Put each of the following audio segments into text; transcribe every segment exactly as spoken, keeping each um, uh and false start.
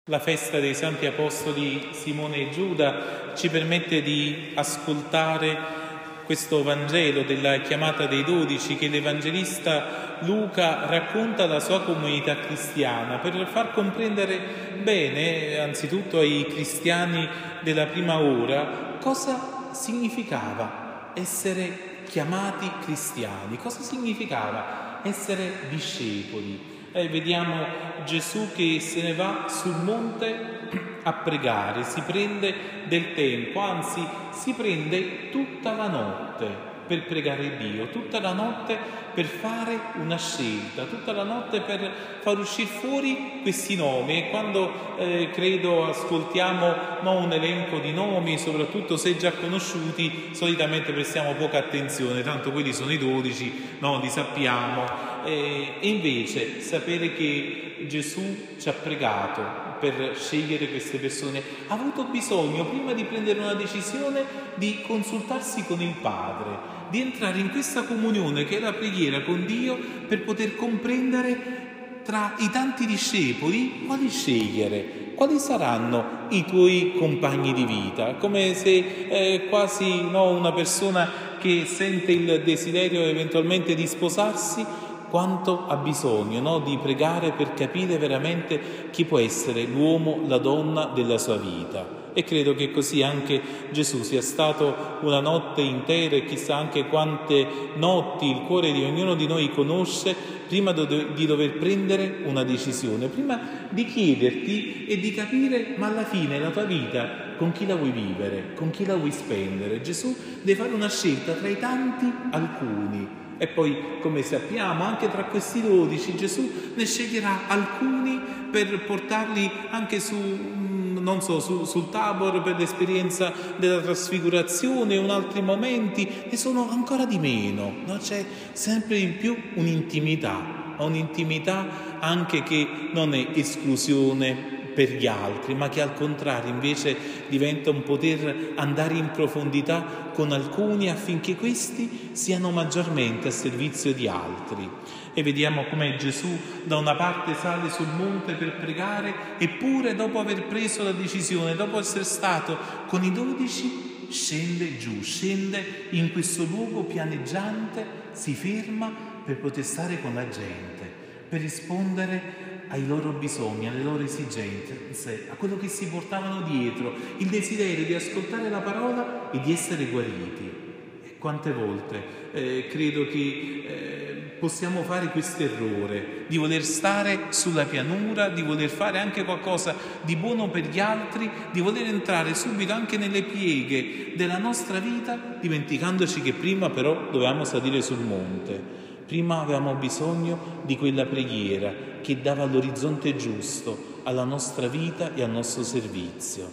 La festa dei Santi Apostoli Simone e Giuda ci permette di ascoltare questo Vangelo della chiamata dei dodici che l'Evangelista Luca racconta alla sua comunità cristiana per far comprendere bene, anzitutto ai cristiani della prima ora, cosa significava essere chiamati cristiani, cosa significava essere discepoli. Eh, vediamo Gesù che se ne va sul monte a pregare, si prende del tempo, anzi si prende tutta la notte per pregare Dio, tutta la notte per fare una scelta, tutta la notte per far uscire fuori questi nomi. E quando eh, credo ascoltiamo no, un elenco di nomi, soprattutto se già conosciuti, solitamente prestiamo poca attenzione, tanto quelli sono i dodici, no, li sappiamo. E invece sapere che Gesù ci ha pregato per scegliere queste persone, ha avuto bisogno, prima di prendere una decisione, di consultarsi con il Padre, di entrare in questa comunione che è la preghiera con Dio per poter comprendere tra i tanti discepoli quali scegliere, quali saranno i tuoi compagni di vita, come se eh, quasi no, una persona che sente il desiderio eventualmente di sposarsi, quanto ha bisogno no, di pregare per capire veramente chi può essere l'uomo, la donna della sua vita. E credo che così anche Gesù sia stato una notte intera, e chissà anche quante notti il cuore di ognuno di noi conosce prima di dover prendere una decisione, prima di chiederti e di capire ma alla fine la tua vita con chi la vuoi vivere, con chi la vuoi spendere. Gesù deve fare una scelta tra i tanti alcuni. E poi, come sappiamo, anche tra questi dodici Gesù ne sceglierà alcuni per portarli anche su, non so, su, sul Tabor per l'esperienza della trasfigurazione, o in altri momenti, ne sono ancora di meno, no? C'è sempre di più un'intimità, un'intimità anche che non è esclusione per gli altri, ma che al contrario invece diventa un poter andare in profondità con alcuni affinché questi siano maggiormente a servizio di altri. E vediamo come Gesù da una parte sale sul monte per pregare, eppure dopo aver preso la decisione, dopo essere stato con i dodici, scende giù, scende in questo luogo pianeggiante, si ferma per poter stare con la gente, per rispondere ai loro bisogni, alle loro esigenze, a quello che si portavano dietro, il desiderio di ascoltare la parola e di essere guariti. E quante volte eh, credo che eh, possiamo fare questo errore di voler stare sulla pianura, di voler fare anche qualcosa di buono per gli altri, di voler entrare subito anche nelle pieghe della nostra vita, dimenticandoci che prima però dovevamo salire sul monte. Prima avevamo bisogno di quella preghiera che dava l'orizzonte giusto alla nostra vita e al nostro servizio.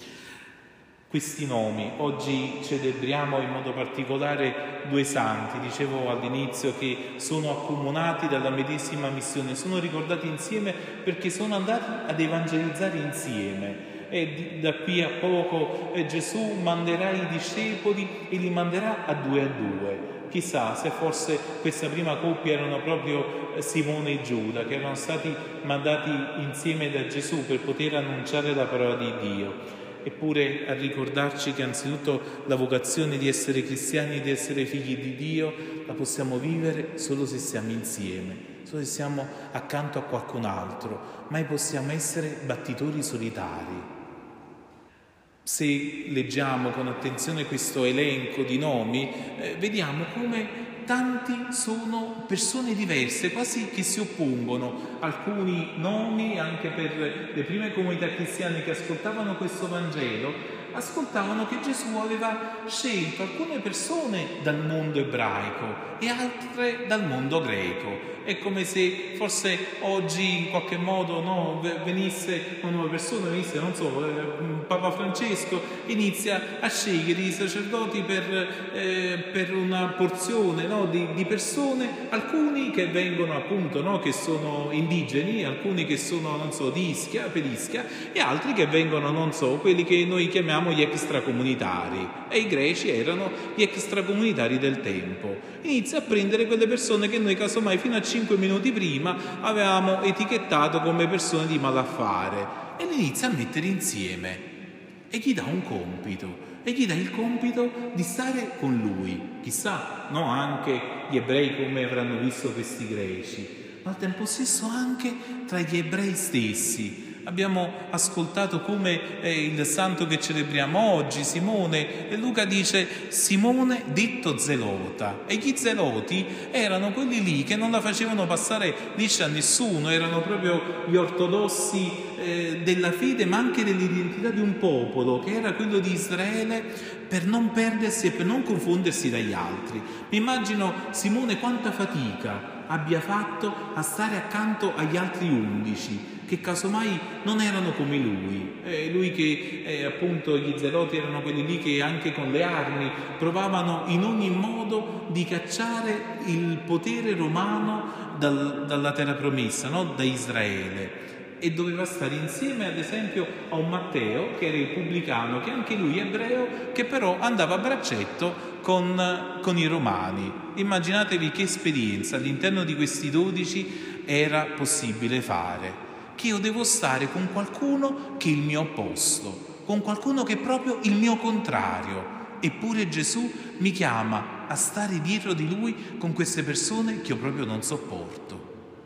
Questi nomi, oggi celebriamo in modo particolare due santi, dicevo all'inizio che sono accomunati dalla medesima missione, sono ricordati insieme perché sono andati ad evangelizzare insieme. E da qui a poco eh, Gesù manderà i discepoli e li manderà a due a due. Chissà se forse questa prima coppia erano proprio Simone e Giuda, che erano stati mandati insieme da Gesù per poter annunciare la parola di Dio. Eppure a ricordarci che anzitutto la vocazione di essere cristiani, di essere figli di Dio, la possiamo vivere solo se siamo insieme, solo se siamo accanto a qualcun altro. Mai possiamo essere battitori solitari. Se leggiamo con attenzione questo elenco di nomi, eh, vediamo come tanti sono persone diverse, quasi che si oppongono. Alcuni nomi, anche per le prime comunità cristiane che ascoltavano questo Vangelo, ascoltavano che Gesù aveva scelto alcune persone dal mondo ebraico e altre dal mondo greco. È come se forse oggi in qualche modo no, venisse una nuova persona, venisse, non so, Papa Francesco, inizia a scegliere i sacerdoti per, eh, per una porzione no, di, di persone, alcuni che vengono appunto, no, che sono indigeni, alcuni che sono, non so, di Ischia, per Ischia, e altri che vengono, non so, quelli che noi chiamiamo prendiamo gli extracomunitari, e i greci erano gli extracomunitari del tempo. Inizia a prendere quelle persone che noi casomai fino a cinque minuti prima avevamo etichettato come persone di malaffare, e li inizia a mettere insieme e gli dà un compito, e gli dà il compito di stare con lui. Chissà, no, anche gli ebrei come avranno visto questi greci, ma al tempo stesso anche tra gli ebrei stessi. Abbiamo ascoltato come eh, il santo che celebriamo oggi, Simone, e Luca dice Simone detto zelota, e gli zeloti erano quelli lì che non la facevano passare liscia a nessuno, erano proprio gli ortodossi eh, della fede, ma anche dell'identità di un popolo che era quello di Israele, per non perdersi e per non confondersi dagli altri. Mi immagino Simone quanta fatica abbia fatto a stare accanto agli altri undici, che casomai non erano come lui, eh, lui che eh, appunto gli zeloti erano quelli lì che anche con le armi provavano in ogni modo di cacciare il potere romano dal, dalla terra promessa, no? Da Israele, e doveva stare insieme ad esempio a un Matteo che era il pubblicano, che anche lui ebreo, che però andava a braccetto con, con i romani. Immaginatevi che esperienza all'interno di questi dodici era possibile fare, che io devo stare con qualcuno che è il mio opposto, con qualcuno che è proprio il mio contrario, eppure Gesù mi chiama a stare dietro di lui con queste persone che io proprio non sopporto.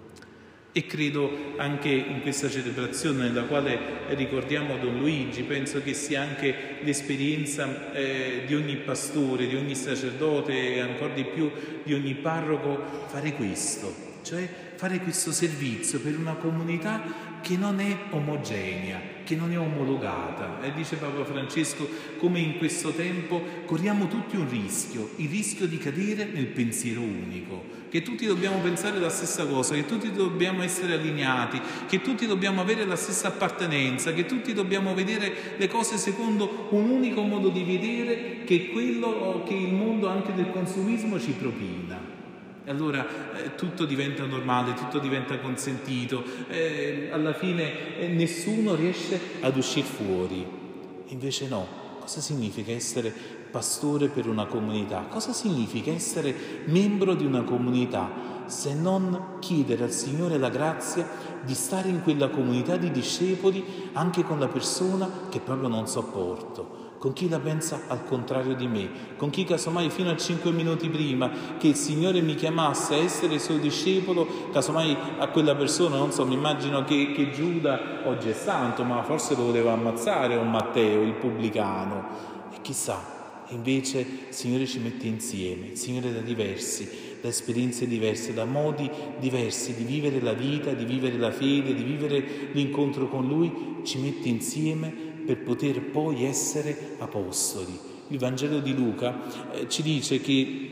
E credo anche in questa celebrazione nella quale ricordiamo Don Luigi, penso che sia anche l'esperienza eh, di ogni pastore, di ogni sacerdote e ancora di più di ogni parroco, fare questo, cioè fare questo servizio per una comunità che non è omogenea, che non è omologata. E dice Papa Francesco come in questo tempo corriamo tutti un rischio, il rischio di cadere nel pensiero unico, che tutti dobbiamo pensare la stessa cosa, che tutti dobbiamo essere allineati, che tutti dobbiamo avere la stessa appartenenza, che tutti dobbiamo vedere le cose secondo un unico modo di vedere, che è quello che il mondo anche del consumismo ci propina. E allora eh, tutto diventa normale, tutto diventa consentito, eh, alla fine eh, nessuno riesce ad uscire fuori. Invece no, cosa significa essere pastore per una comunità? Cosa significa essere membro di una comunità se non chiedere al Signore la grazia di stare in quella comunità di discepoli anche con la persona che proprio non sopporto, con chi la pensa al contrario di me, con chi casomai fino a cinque minuti prima che il Signore mi chiamasse a essere suo discepolo, casomai a quella persona, non so, mi immagino che, che Giuda oggi è santo, ma forse lo voleva ammazzare un Matteo, il pubblicano, e chissà, invece il Signore ci mette insieme, il Signore da diversi, da esperienze diverse, da modi diversi di vivere la vita, di vivere la fede, di vivere l'incontro con Lui, ci mette insieme per poter poi essere apostoli. Il Vangelo di Luca eh, ci dice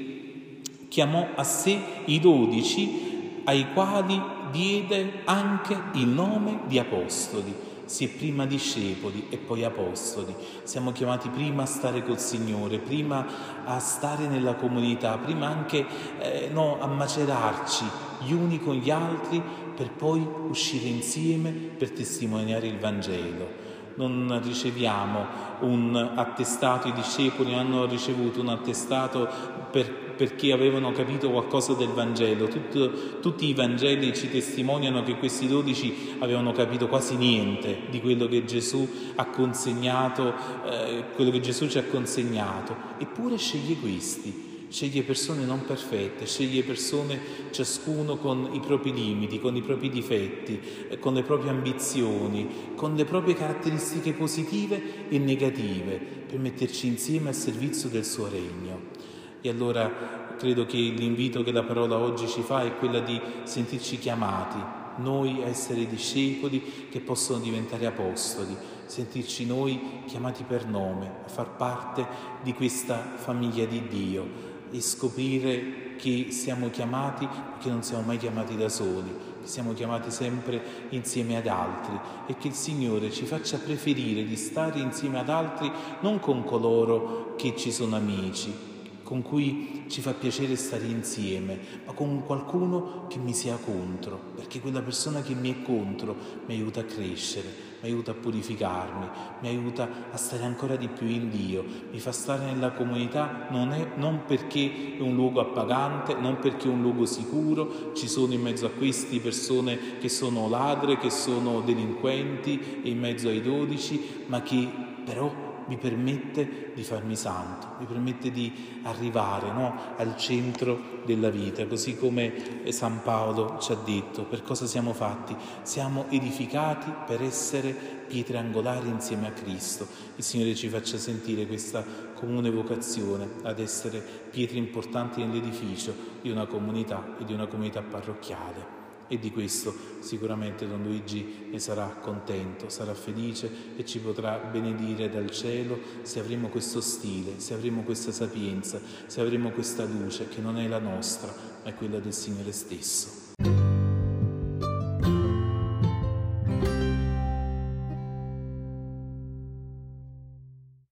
che chiamò a sé i dodici, ai quali diede anche il nome di apostoli. Si è prima discepoli e poi apostoli. Siamo chiamati prima a stare col Signore, prima a stare nella comunità, prima anche eh, no, a macerarci gli uni con gli altri per poi uscire insieme per testimoniare il Vangelo. Non riceviamo un attestato, i discepoli hanno ricevuto un attestato per, perché avevano capito qualcosa del Vangelo. Tut, tutti i Vangeli ci testimoniano che questi dodici avevano capito quasi niente di quello che Gesù ha consegnato, eh, quello che Gesù ci ha consegnato, eppure sceglie questi. Sceglie persone non perfette, sceglie persone ciascuno con i propri limiti, con i propri difetti, con le proprie ambizioni, con le proprie caratteristiche positive e negative, per metterci insieme al servizio del suo regno. E allora credo che l'invito che la parola oggi ci fa è quella di sentirci chiamati, noi a essere discepoli che possono diventare apostoli, sentirci noi chiamati per nome, a far parte di questa famiglia di Dio, e scoprire che siamo chiamati, che non siamo mai chiamati da soli, che siamo chiamati sempre insieme ad altri, e che il Signore ci faccia preferire di stare insieme ad altri non con coloro che ci sono amici, con cui ci fa piacere stare insieme, ma con qualcuno che mi sia contro, perché quella persona che mi è contro mi aiuta a crescere, mi aiuta a purificarmi, mi aiuta a stare ancora di più in Dio, mi fa stare nella comunità non, è, non perché è un luogo appagante, non perché è un luogo sicuro, ci sono in mezzo a questi persone che sono ladre, che sono delinquenti, e in mezzo ai dodici, ma che però mi permette di farmi santo, mi permette di arrivare, no, al centro della vita, così come San Paolo ci ha detto. Per cosa siamo fatti? Siamo edificati per essere pietre angolari insieme a Cristo. Il Signore ci faccia sentire questa comune vocazione ad essere pietre importanti nell'edificio di una comunità e di una comunità parrocchiale. E di questo sicuramente Don Luigi ne sarà contento, sarà felice e ci potrà benedire dal cielo se avremo questo stile, se avremo questa sapienza, se avremo questa luce che non è la nostra, ma è quella del Signore stesso.